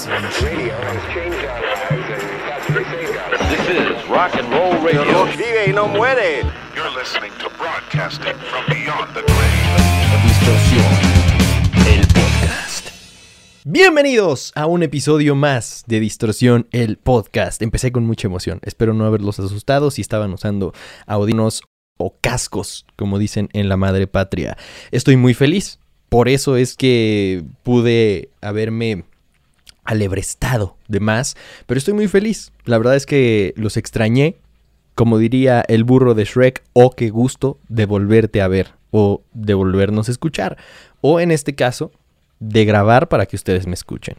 This is rock and roll radio. Vive y no muere. You're listening to broadcasting from beyond the grave. Distorsión, el podcast. Bienvenidos a un episodio más de Distorsión, el podcast. Empecé con mucha emoción. Espero no haberlos asustado si estaban usando audífonos o cascos, como dicen en la madre patria. Estoy muy feliz. Por eso es que pude haberme alebrestado de más, pero estoy muy feliz. La verdad es que los extrañé, como diría el burro de Shrek, oh, qué gusto de volverte a ver, o de volvernos a escuchar, o en este caso, de grabar para que ustedes me escuchen.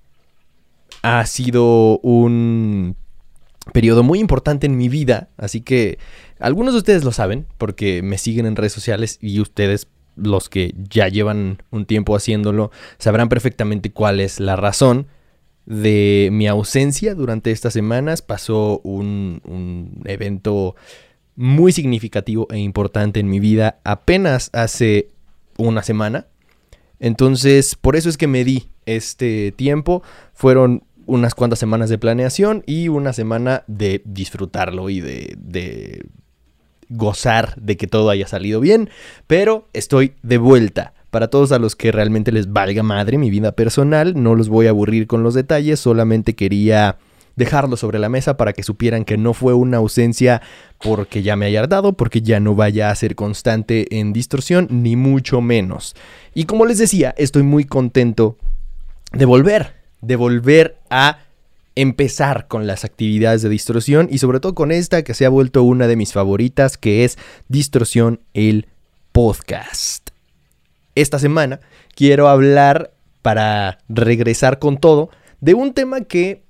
Ha sido un periodo muy importante en mi vida, así que algunos de ustedes lo saben, porque me siguen en redes sociales y ustedes, los que ya llevan un tiempo haciéndolo, sabrán perfectamente cuál es la razón de mi ausencia durante estas semanas. Pasó un evento muy significativo e importante en mi vida apenas hace una semana. Entonces, por eso es que me di este tiempo. Fueron unas cuantas semanas de planeación y una semana de disfrutarlo y de gozar de que todo haya salido bien, pero estoy de vuelta. Para todos a los que realmente les valga madre mi vida personal, no los voy a aburrir con los detalles, solamente quería dejarlo sobre la mesa para que supieran que no fue una ausencia porque ya me haya hartado, porque ya no vaya a ser constante en Distorsión, ni mucho menos. Y como les decía, estoy muy contento de volver a empezar con las actividades de Distorsión y sobre todo con esta que se ha vuelto una de mis favoritas, que es Distorsión, el podcast. Esta semana quiero hablar, para regresar con todo, de un tema que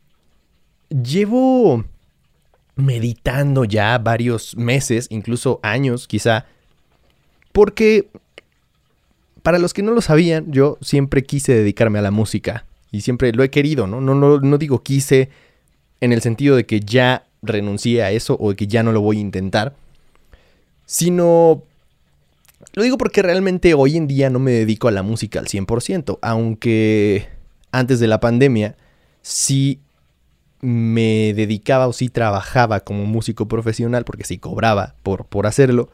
llevo meditando ya varios meses, incluso años quizá, porque para los que no lo sabían, yo siempre quise dedicarme a la música. Y siempre lo he querido, ¿no? No digo quise en el sentido de que ya renuncié a eso o de que ya no lo voy a intentar. Sino, lo digo porque realmente hoy en día no me dedico a la música al 100%. Aunque antes de la pandemia sí me dedicaba o sí trabajaba como músico profesional, porque sí cobraba por hacerlo.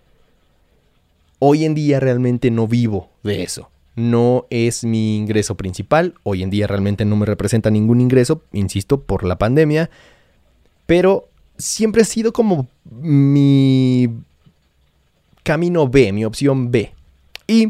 Hoy en día realmente no vivo de eso. No es mi ingreso principal. Hoy en día realmente no me representa ningún ingreso, insisto, por la pandemia. Pero siempre ha sido como mi camino B, mi opción B. Y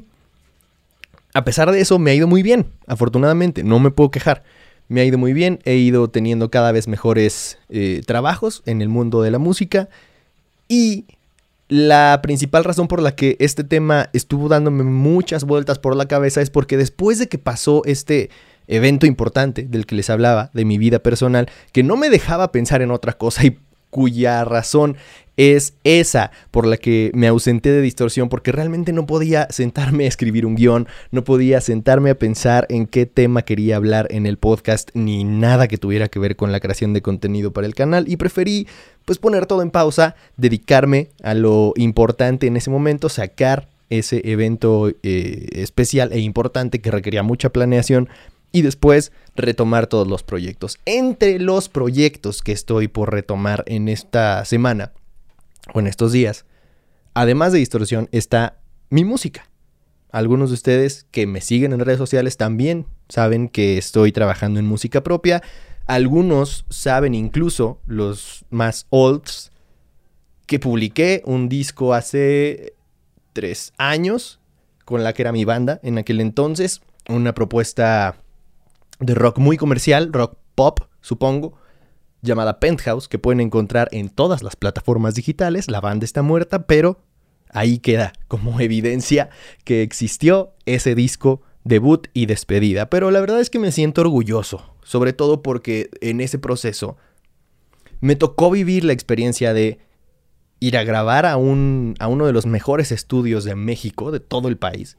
a pesar de eso me ha ido muy bien, afortunadamente. No me puedo quejar. Me ha ido muy bien. He ido teniendo cada vez mejores trabajos en el mundo de la música. Y la principal razón por la que este tema estuvo dándome muchas vueltas por la cabeza es porque después de que pasó este evento importante del que les hablaba, de mi vida personal, que no me dejaba pensar en otra cosa y cuya razón es esa por la que me ausenté de Distorsión, porque realmente no podía sentarme a escribir un guión, no podía sentarme a pensar en qué tema quería hablar en el podcast, ni nada que tuviera que ver con la creación de contenido para el canal, y preferí pues poner todo en pausa, dedicarme a lo importante en ese momento, sacar ese evento especial e importante que requería mucha planeación, y después retomar todos los proyectos. Entre los proyectos que estoy por retomar en esta semana o en estos días, además de Distorsión, está mi música. Algunos de ustedes que me siguen en redes sociales también saben que estoy trabajando en música propia. Algunos saben, incluso los más olds, que publiqué un disco hace 3 años con la que era mi banda en aquel entonces. Una propuesta de rock muy comercial, rock pop, supongo, llamada Penthouse, que pueden encontrar en todas las plataformas digitales. La banda está muerta, pero ahí queda como evidencia que existió ese disco debut y despedida. Pero la verdad es que me siento orgulloso, sobre todo porque en ese proceso me tocó vivir la experiencia de ir a grabar a uno de los mejores estudios de México, de todo el país,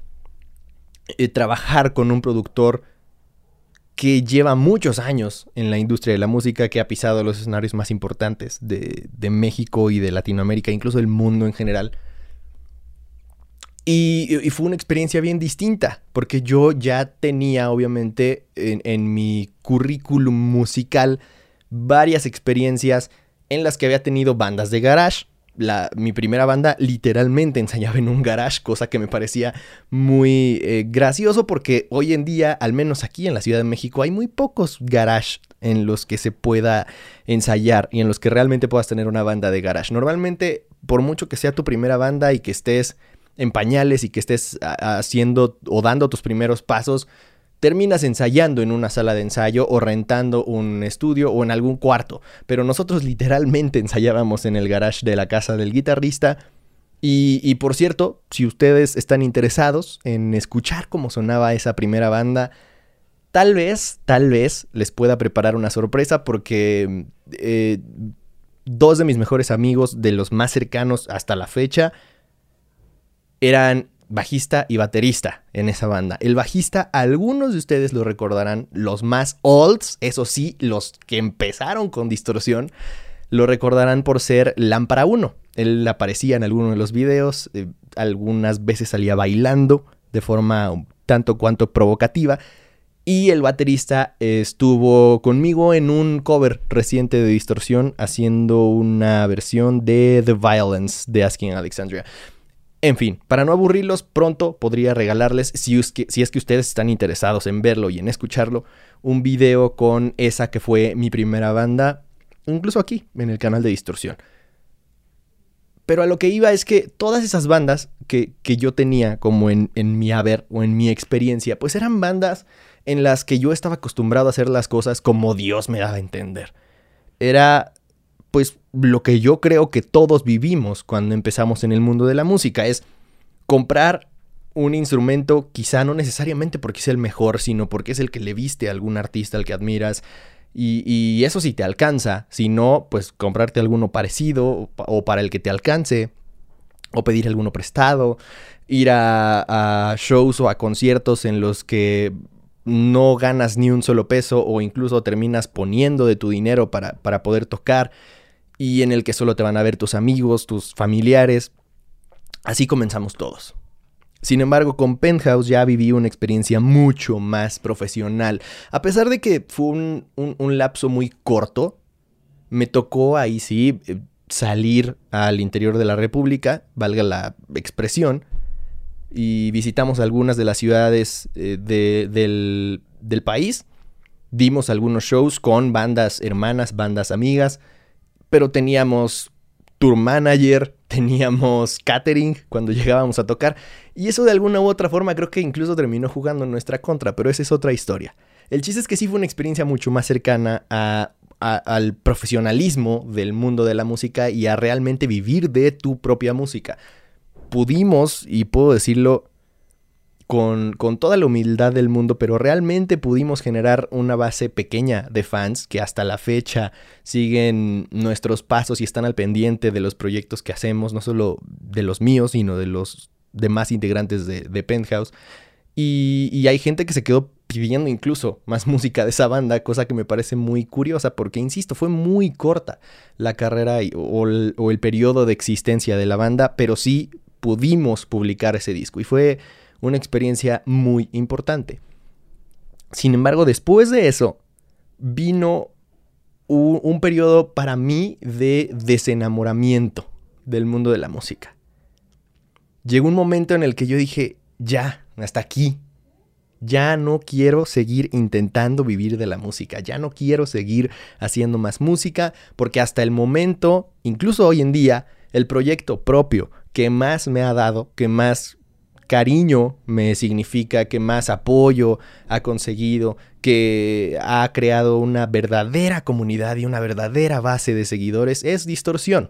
trabajar con un productor que lleva muchos años en la industria de la música, que ha pisado los escenarios más importantes de México y de Latinoamérica, incluso del mundo en general. Y fue una experiencia bien distinta, porque yo ya tenía, obviamente, en mi currículum musical varias experiencias en las que había tenido bandas de garage. Mi primera banda literalmente ensayaba en un garage, cosa que me parecía muy gracioso, porque hoy en día, al menos aquí en la Ciudad de México, hay muy pocos garage en los que se pueda ensayar y en los que realmente puedas tener una banda de garage. Normalmente, por mucho que sea tu primera banda y que estés en pañales y que estés haciendo o dando tus primeros pasos, terminas ensayando en una sala de ensayo o rentando un estudio o en algún cuarto. Pero nosotros literalmente ensayábamos en el garage de la casa del guitarrista. Y por cierto, si ustedes están interesados en escuchar cómo sonaba esa primera banda, tal vez les pueda preparar una sorpresa, porque dos de mis mejores amigos, de los más cercanos hasta la fecha, eran bajista y baterista en esa banda. El bajista, algunos de ustedes lo recordarán, los más olds, eso sí, los que empezaron con Distorsión, lo recordarán por ser Lámpara 1. Él aparecía en algunos de los videos, algunas veces salía bailando de forma un tanto cuanto provocativa. Y el baterista estuvo conmigo en un cover reciente de Distorsión, haciendo una versión de The Violence de Asking Alexandria. En fin, para no aburrirlos, pronto podría regalarles, si es que ustedes están interesados en verlo y en escucharlo, un video con esa que fue mi primera banda, incluso aquí, en el canal de Distorsión. Pero a lo que iba es que todas esas bandas que yo tenía como en mi haber o en mi experiencia, pues eran bandas en las que yo estaba acostumbrado a hacer las cosas como Dios me daba a entender. Era pues lo que yo creo que todos vivimos cuando empezamos en el mundo de la música, es comprar un instrumento, quizá no necesariamente porque sea el mejor, sino porque es el que le viste a algún artista al que admiras, y eso sí te alcanza. Si no, pues comprarte alguno parecido o para el que te alcance, o pedir alguno prestado, ir a shows o a conciertos en los que no ganas ni un solo peso o incluso terminas poniendo de tu dinero para poder tocar, y en el que solo te van a ver tus amigos, tus familiares. Así comenzamos todos. Sin embargo, con Penthouse ya viví una experiencia mucho más profesional. A pesar de que fue un lapso muy corto, me tocó ahí sí salir al interior de la República, valga la expresión, y visitamos algunas de las ciudades del país. Dimos algunos shows con bandas hermanas, bandas amigas, pero teníamos tour manager, teníamos catering cuando llegábamos a tocar, y eso de alguna u otra forma creo que incluso terminó jugando en nuestra contra, pero esa es otra historia. El chiste es que sí fue una experiencia mucho más cercana al profesionalismo del mundo de la música y a realmente vivir de tu propia música. Pudimos, y puedo decirlo con toda la humildad del mundo, pero realmente pudimos generar una base pequeña de fans que hasta la fecha siguen nuestros pasos y están al pendiente de los proyectos que hacemos, no solo de los míos, sino de los demás integrantes de Penthouse. Y hay gente que se quedó pidiendo incluso más música de esa banda, cosa que me parece muy curiosa porque, insisto, fue muy corta la carrera o el periodo de existencia de la banda, pero sí pudimos publicar ese disco y fue una experiencia muy importante. Sin embargo, después de eso, vino un periodo para mí de desenamoramiento del mundo de la música. Llegó un momento en el que yo dije, ya, hasta aquí. Ya no quiero seguir intentando vivir de la música. Ya no quiero seguir haciendo más música, porque hasta el momento, incluso hoy en día, el proyecto propio que más me ha dado, que más cariño me significa, que más apoyo ha conseguido, que ha creado una verdadera comunidad y una verdadera base de seguidores, es Distorsión.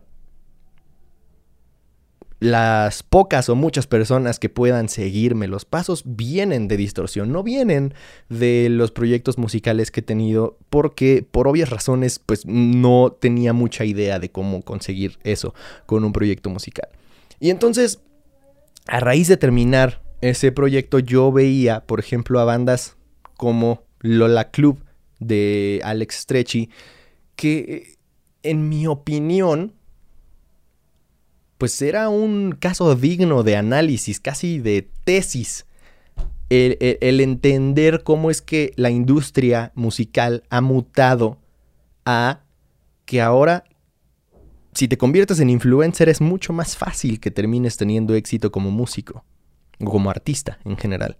Las pocas o muchas personas que puedan seguirme los pasos vienen de Distorsión, no vienen de los proyectos musicales que he tenido, porque por obvias razones pues no tenía mucha idea de cómo conseguir eso con un proyecto musical. Y entonces, a raíz de terminar ese proyecto, yo veía, por ejemplo, a bandas como Lola Club de Alex Stretchy, que en mi opinión, pues era un caso digno de análisis, casi de tesis. El entender cómo es que la industria musical ha mutado a que ahora, si te conviertes en influencer, es mucho más fácil que termines teniendo éxito como músico o como artista en general.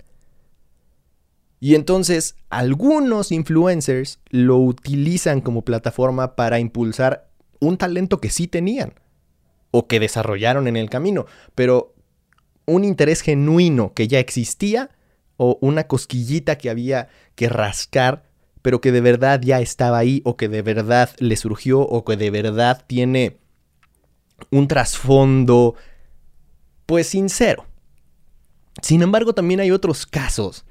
Y entonces algunos influencers lo utilizan como plataforma para impulsar un talento que sí tenían o que desarrollaron en el camino, pero un interés genuino que ya existía o una cosquillita que había que rascar, pero que de verdad ya estaba ahí o que de verdad le surgió o que de verdad tiene un trasfondo, pues sincero. Sin embargo, también hay otros casos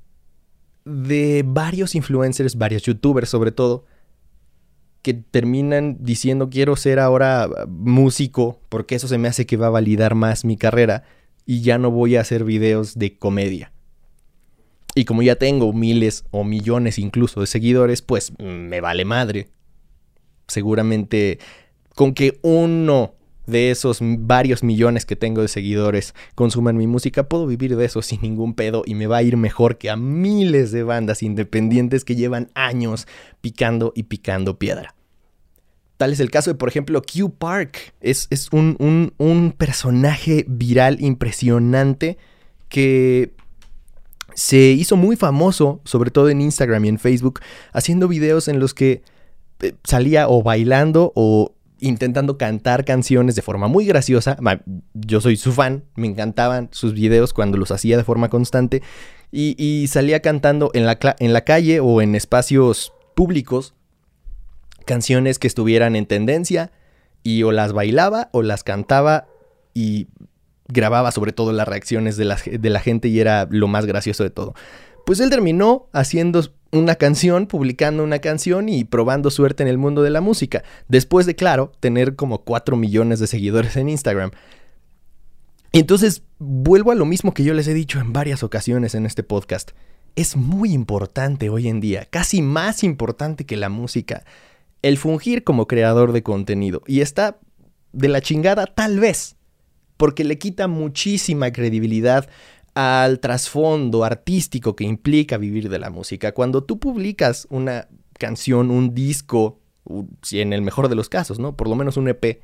de varios influencers, varios youtubers sobre todo, que terminan diciendo quiero ser ahora músico porque eso se me hace que va a validar más mi carrera y ya no voy a hacer videos de comedia. Y como ya tengo miles o millones incluso de seguidores, pues me vale madre. Seguramente con que uno de esos varios millones que tengo de seguidores consuman mi música, puedo vivir de eso sin ningún pedo y me va a ir mejor que a miles de bandas independientes que llevan años picando y picando piedra. Tal es el caso de, por ejemplo, Q Park. Es un personaje viral impresionante que se hizo muy famoso, sobre todo en Instagram y en Facebook, haciendo videos en los que salía o bailando o intentando cantar canciones de forma muy graciosa. Yo soy su fan, me encantaban sus videos cuando los hacía de forma constante y salía cantando en la calle o en espacios públicos canciones que estuvieran en tendencia y o las bailaba o las cantaba y grababa sobre todo las reacciones de la gente y era lo más gracioso de todo. Pues él terminó haciendo una canción, publicando una canción y probando suerte en el mundo de la música. Después de, claro, tener como 4 millones de seguidores en Instagram. Entonces, vuelvo a lo mismo que yo les he dicho en varias ocasiones en este podcast. Es muy importante hoy en día, casi más importante que la música, el fungir como creador de contenido. Y está de la chingada tal vez, porque le quita muchísima credibilidad al trasfondo artístico que implica vivir de la música. Cuando tú publicas una canción, un disco, si en el mejor de los casos, ¿no? Por lo menos un EP,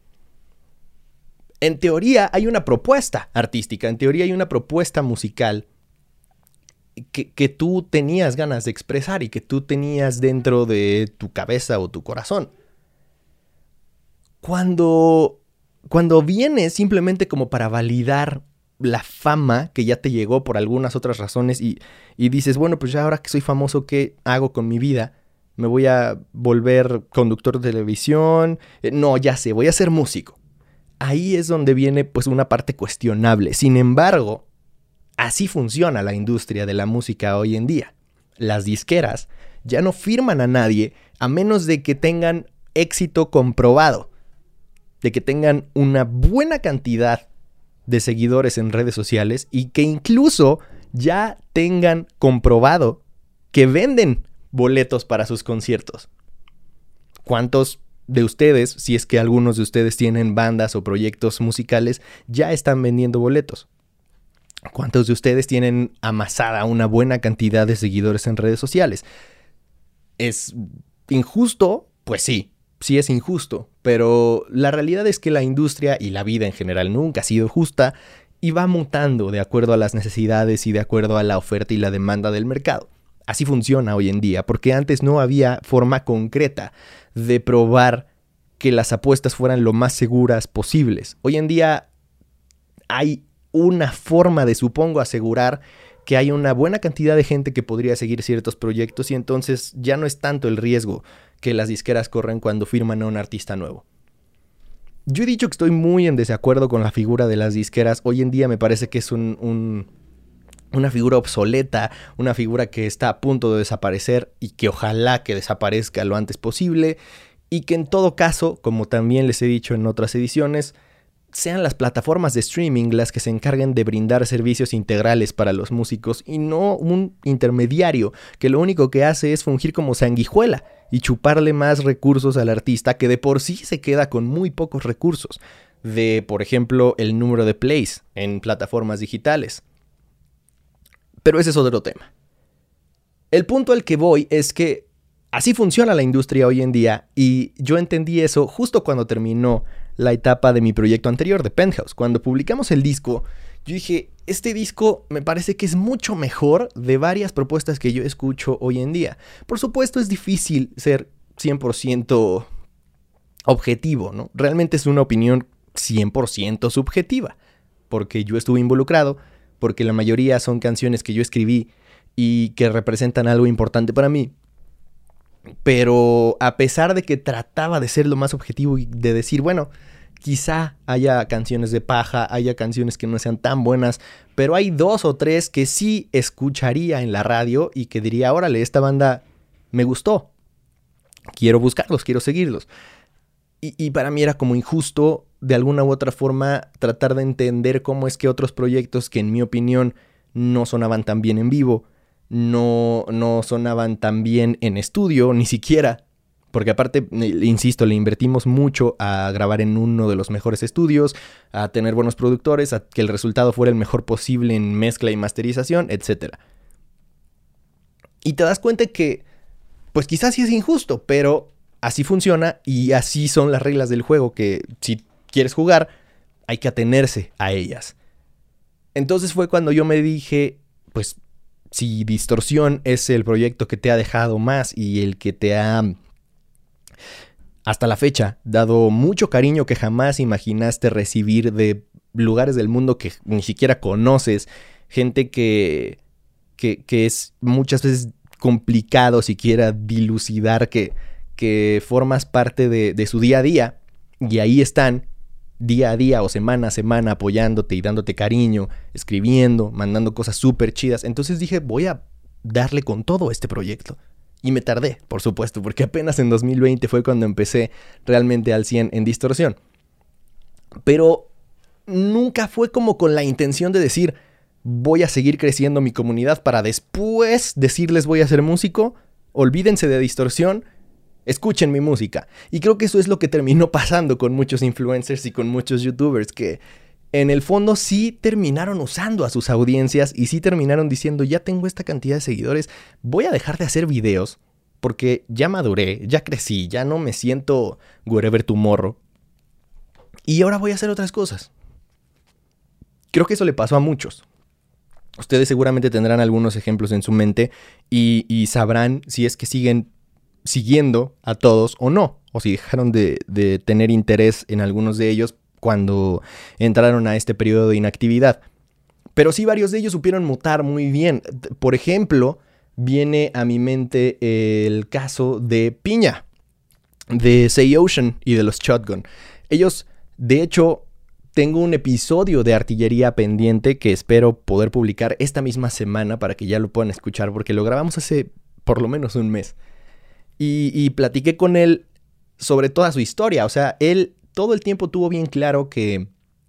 en teoría hay una propuesta artística, en teoría hay una propuesta musical que tú tenías ganas de expresar y que tú tenías dentro de tu cabeza o tu corazón. Cuando vienes simplemente como para validar la fama que ya te llegó por algunas otras razones y dices, bueno, pues ya ahora que soy famoso, ¿qué hago con mi vida? ¿Me voy a volver conductor de televisión? No, ya sé, voy a ser músico. Ahí es donde viene pues una parte cuestionable. Sin embargo, así funciona la industria de la música hoy en día. Las disqueras ya no firman a nadie a menos de que tengan éxito comprobado, de que tengan una buena cantidad de seguidores en redes sociales y que incluso ya tengan comprobado que venden boletos para sus conciertos. ¿Cuántos de ustedes, si es que algunos de ustedes tienen bandas o proyectos musicales, ya están vendiendo boletos? ¿Cuántos de ustedes tienen amasada una buena cantidad de seguidores en redes sociales? ¿Es injusto? Pues sí es injusto, pero la realidad es que la industria y la vida en general nunca ha sido justa y va mutando de acuerdo a las necesidades y de acuerdo a la oferta y la demanda del mercado. Así funciona hoy en día, porque antes no había forma concreta de probar que las apuestas fueran lo más seguras posibles. Hoy en día hay una forma de, supongo, asegurar que hay una buena cantidad de gente que podría seguir ciertos proyectos y entonces ya no es tanto el riesgo que las disqueras corren cuando firman a un artista nuevo. Yo he dicho que estoy muy en desacuerdo con la figura de las disqueras. Hoy en día me parece que es una figura obsoleta, una figura que está a punto de desaparecer y que ojalá que desaparezca lo antes posible y que en todo caso, como también les he dicho en otras ediciones, sean las plataformas de streaming las que se encarguen de brindar servicios integrales para los músicos y no un intermediario que lo único que hace es fungir como sanguijuela y chuparle más recursos al artista que de por sí se queda con muy pocos recursos. de, por ejemplo, el número de plays en plataformas digitales. Pero ese es otro tema. El punto al que voy es que así funciona la industria hoy en día, y yo entendí eso justo cuando terminó la etapa de mi proyecto anterior, de Penthouse. Cuando publicamos el disco, yo dije, este disco me parece que es mucho mejor de varias propuestas que yo escucho hoy en día. Por supuesto, es difícil ser 100% objetivo, ¿no? Realmente es una opinión 100% subjetiva, porque yo estuve involucrado, porque la mayoría son canciones que yo escribí y que representan algo importante para mí. Pero a pesar de que trataba de ser lo más objetivo y de decir, bueno, quizá haya canciones de paja, haya canciones que no sean tan buenas, pero hay 2 o 3 que sí escucharía en la radio y que diría, órale, esta banda me gustó, quiero buscarlos, quiero seguirlos. Y para mí era como injusto, de alguna u otra forma, tratar de entender cómo es que otros proyectos que en mi opinión no sonaban tan bien en vivo, no sonaban tan bien en estudio, ni siquiera, porque aparte, insisto, le invertimos mucho a grabar en uno de los mejores estudios, a tener buenos productores, a que el resultado fuera el mejor posible en mezcla y masterización, etc. Y te das cuenta que, pues quizás sí es injusto, pero así funciona y así son las reglas del juego, que si quieres jugar, hay que atenerse a ellas. Entonces fue cuando yo me dije, pues si Distorsión es el proyecto que te ha dejado más y el que te ha, hasta la fecha, dado mucho cariño que jamás imaginaste recibir de lugares del mundo que ni siquiera conoces, gente que es muchas veces complicado siquiera dilucidar que formas parte de su día a día, y ahí están día a día o semana a semana apoyándote y dándote cariño, escribiendo, mandando cosas súper chidas. Entonces dije, voy a darle con todo a este proyecto. Y me tardé, por supuesto, porque apenas en 2020 fue cuando empecé realmente al 100 en Distorsión. Pero nunca fue como con la intención de decir, voy a seguir creciendo mi comunidad para después decirles voy a ser músico. Olvídense de Distorsión, escuchen mi música. Y creo que eso es lo que terminó pasando con muchos influencers y con muchos youtubers, que en el fondo sí terminaron usando a sus audiencias y sí terminaron diciendo, ya tengo esta cantidad de seguidores, voy a dejar de hacer videos porque ya maduré, ya crecí, ya no me siento wherever tomorrow, y ahora voy a hacer otras cosas. Creo que eso le pasó a muchos. Ustedes seguramente tendrán algunos ejemplos en su mente y sabrán si es que siguen siguiendo a todos o no, o si dejaron de tener interés en algunos de ellos cuando entraron a este periodo de inactividad. Pero sí, varios de ellos supieron mutar muy bien. Por ejemplo, viene a mi mente el caso de Piña, de Say Ocean y de los Shotgun. Ellos, de hecho, tengo un episodio de Artillería pendiente que espero poder publicar esta misma semana para que ya lo puedan escuchar, porque lo grabamos hace por lo menos un mes. Y platiqué con él sobre toda su historia. O sea, él todo el tiempo tuvo bien claro que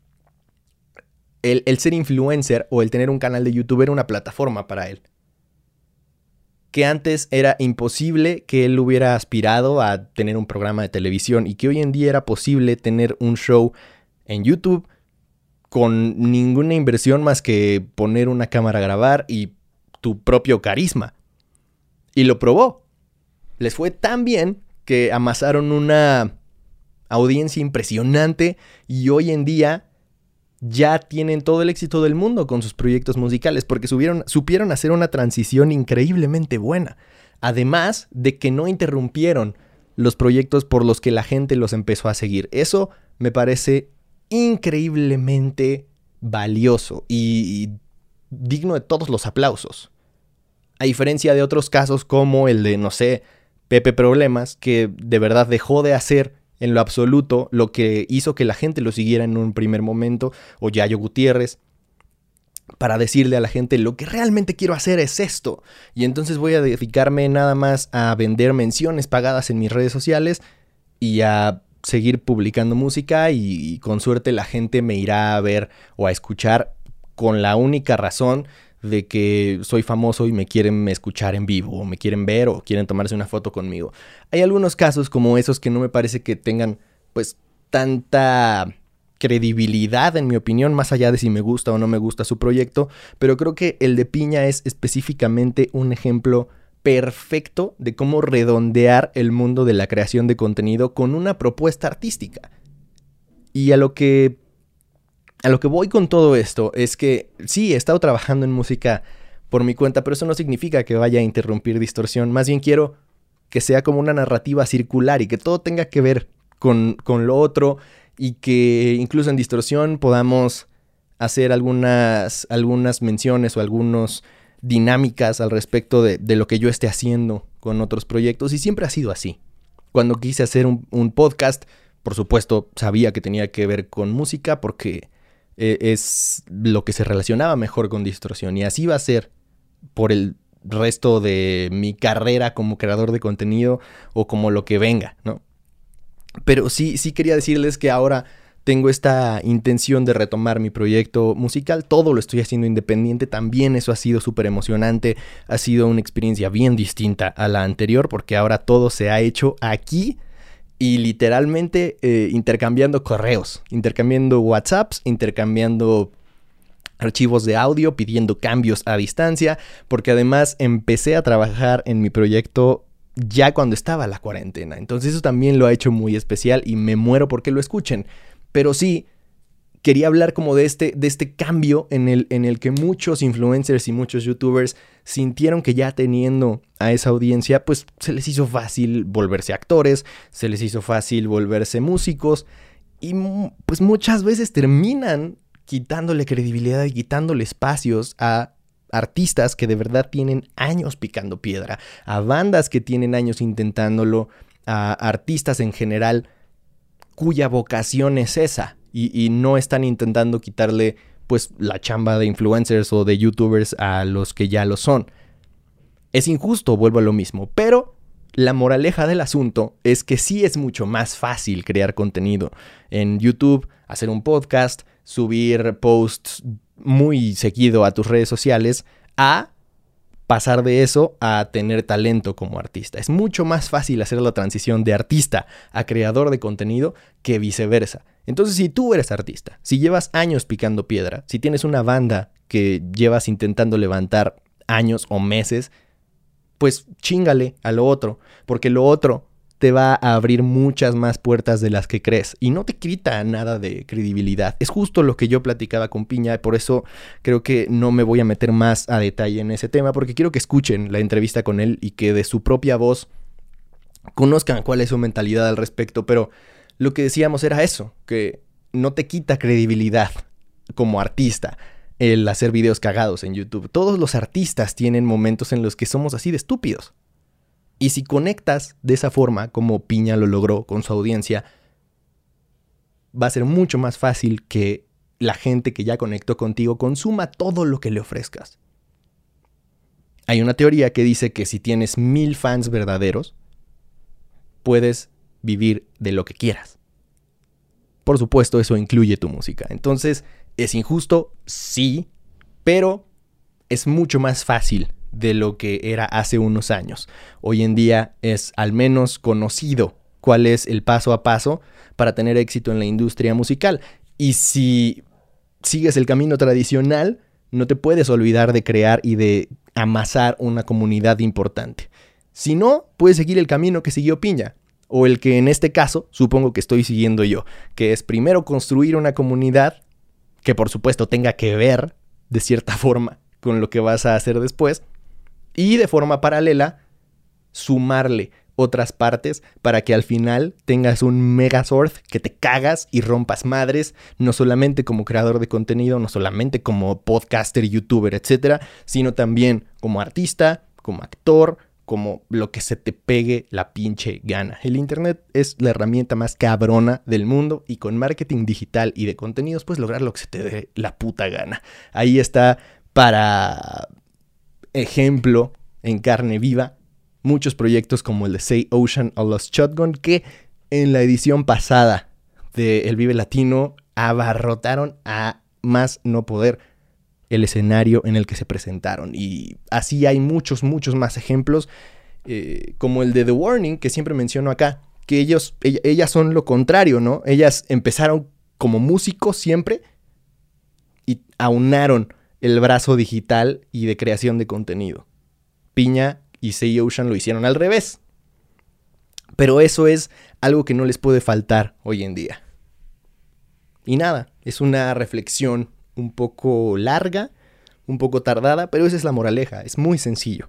el ser influencer o el tener un canal de YouTube era una plataforma para él. Que antes era imposible que él hubiera aspirado a tener un programa de televisión, y que hoy en día era posible tener un show en YouTube con ninguna inversión más que poner una cámara a grabar y tu propio carisma. Y lo probó. Les fue tan bien que amasaron una audiencia impresionante y hoy en día ya tienen todo el éxito del mundo con sus proyectos musicales, porque supieron hacer una transición increíblemente buena. Además de que no interrumpieron los proyectos por los que la gente los empezó a seguir. Eso me parece increíblemente valioso y digno de todos los aplausos. A diferencia de otros casos como el de, no sé, Pepe Problemas, que de verdad dejó de hacer en lo absoluto lo que hizo que la gente lo siguiera en un primer momento, o Yayo Gutiérrez, para decirle a la gente, lo que realmente quiero hacer es esto, y entonces voy a dedicarme nada más a vender menciones pagadas en mis redes sociales y a seguir publicando música, y con suerte la gente me irá a ver o a escuchar con la única razón de que soy famoso y me quieren escuchar en vivo, o me quieren ver, o quieren tomarse una foto conmigo. Hay algunos casos como esos que no me parece que tengan pues tanta credibilidad, en mi opinión, más allá de si me gusta o no me gusta su proyecto, pero creo que el de Piña es específicamente un ejemplo perfecto de cómo redondear el mundo de la creación de contenido con una propuesta artística. Y a lo que voy con todo esto es que sí, he estado trabajando en música por mi cuenta, pero eso no significa que vaya a interrumpir Distorsión. Más bien quiero que sea como una narrativa circular y que todo tenga que ver con lo otro, y que incluso en Distorsión podamos hacer algunas menciones o algunas dinámicas al respecto de lo que yo esté haciendo con otros proyectos. Y siempre ha sido así. Cuando quise hacer un podcast, por supuesto sabía que tenía que ver con música porque es lo que se relacionaba mejor con Distorsión, y así va a ser por el resto de mi carrera como creador de contenido o como lo que venga, ¿no? Pero sí quería decirles que ahora tengo esta intención de retomar mi proyecto musical. Todo lo estoy haciendo independiente. También eso ha sido súper emocionante. Ha sido una experiencia bien distinta a la anterior, porque ahora todo se ha hecho aquí y literalmente intercambiando correos, intercambiando WhatsApps, intercambiando archivos de audio, pidiendo cambios a distancia, porque además empecé a trabajar en mi proyecto ya cuando estaba la cuarentena. Entonces eso también lo ha hecho muy especial y me muero porque lo escuchen. Pero sí, quería hablar como de este cambio en el que muchos influencers y muchos youtubers sintieron que ya teniendo a esa audiencia, pues se les hizo fácil volverse actores, se les hizo fácil volverse músicos, y pues muchas veces terminan quitándole credibilidad y quitándole espacios a artistas que de verdad tienen años picando piedra, a bandas que tienen años intentándolo, a artistas en general cuya vocación es esa, y no están intentando quitarle pues la chamba de influencers o de youtubers a los que ya lo son. Es injusto, vuelvo a lo mismo, pero la moraleja del asunto es que sí es mucho más fácil crear contenido en YouTube, hacer un podcast, subir posts muy seguido a tus redes sociales, a pasar de eso a tener talento como artista. Es mucho más fácil hacer la transición de artista a creador de contenido que viceversa. Entonces, si tú eres artista, si llevas años picando piedra, si tienes una banda que llevas intentando levantar años o meses, pues chíngale a lo otro, porque lo otro te va a abrir muchas más puertas de las que crees y no te quita nada de credibilidad. Es justo lo que yo platicaba con Piña, por eso creo que no me voy a meter más a detalle en ese tema, porque quiero que escuchen la entrevista con él y que de su propia voz conozcan cuál es su mentalidad al respecto. Pero lo que decíamos era eso, que no te quita credibilidad como artista el hacer videos cagados en YouTube. Todos los artistas tienen momentos en los que somos así de estúpidos. Y si conectas de esa forma, como Piña lo logró con su audiencia, va a ser mucho más fácil que la gente que ya conectó contigo consuma todo lo que le ofrezcas. Hay una teoría que dice que si tienes 1000 fans verdaderos, puedes vivir de lo que quieras. Por supuesto, eso incluye tu música. Entonces, ¿es injusto? Sí, pero es mucho más fácil de lo que era hace unos años. Hoy en día es al menos conocido cuál es el paso a paso para tener éxito en la industria musical. Y si sigues el camino tradicional, no te puedes olvidar de crear y de amasar una comunidad importante. Si no, puedes seguir el camino que siguió Piña, o el que en este caso supongo que estoy siguiendo yo, que es primero construir una comunidad que por supuesto tenga que ver de cierta forma con lo que vas a hacer después, y de forma paralela sumarle otras partes para que al final tengas un Megazord que te cagas y rompas madres, no solamente como creador de contenido, no solamente como podcaster, youtuber, etcétera, sino también como artista, como actor, como lo que se te pegue la pinche gana. El internet es la herramienta más cabrona del mundo, y con marketing digital y de contenidos puedes lograr lo que se te dé la puta gana. Ahí está, para ejemplo en carne viva, muchos proyectos como el de Say Ocean o Lost Shotgun, que en la edición pasada de El Vive Latino abarrotaron a más no poder el escenario en el que se presentaron. Y así hay muchos más ejemplos, como el de The Warning, que siempre menciono acá, que ellas son lo contrario, ¿no? Ellas empezaron como músicos siempre y aunaron el brazo digital y de creación de contenido. Piña y Say Ocean lo hicieron al revés. Pero eso es algo que no les puede faltar hoy en día. Y nada, es una reflexión un poco larga, un poco tardada, pero esa es la moraleja, es muy sencillo.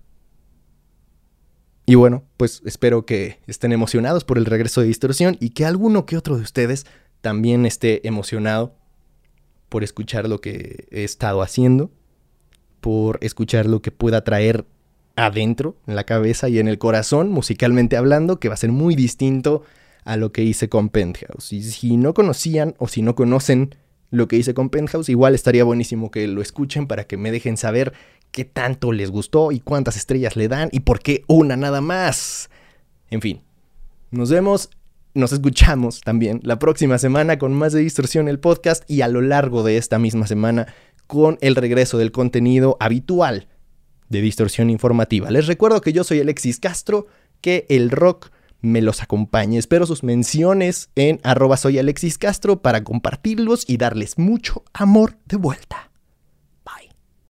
Y bueno, pues espero que estén emocionados por el regreso de Distorsión y que alguno que otro de ustedes también esté emocionado por escuchar lo que he estado haciendo, por escuchar lo que pueda traer adentro, en la cabeza y en el corazón, musicalmente hablando, que va a ser muy distinto a lo que hice con Penthouse. Y si no conocían o si no conocen lo que hice con Penthouse, igual estaría buenísimo que lo escuchen para que me dejen saber qué tanto les gustó y cuántas estrellas le dan y por qué una nada más. En fin, nos vemos, nos escuchamos también la próxima semana con más de Distorsión, el podcast, y a lo largo de esta misma semana con el regreso del contenido habitual de Distorsión Informativa. Les recuerdo que yo soy Alexis Castro, que el rock me los acompañe. Espero sus menciones en @soyalexiscastro para compartirlos y darles mucho amor de vuelta.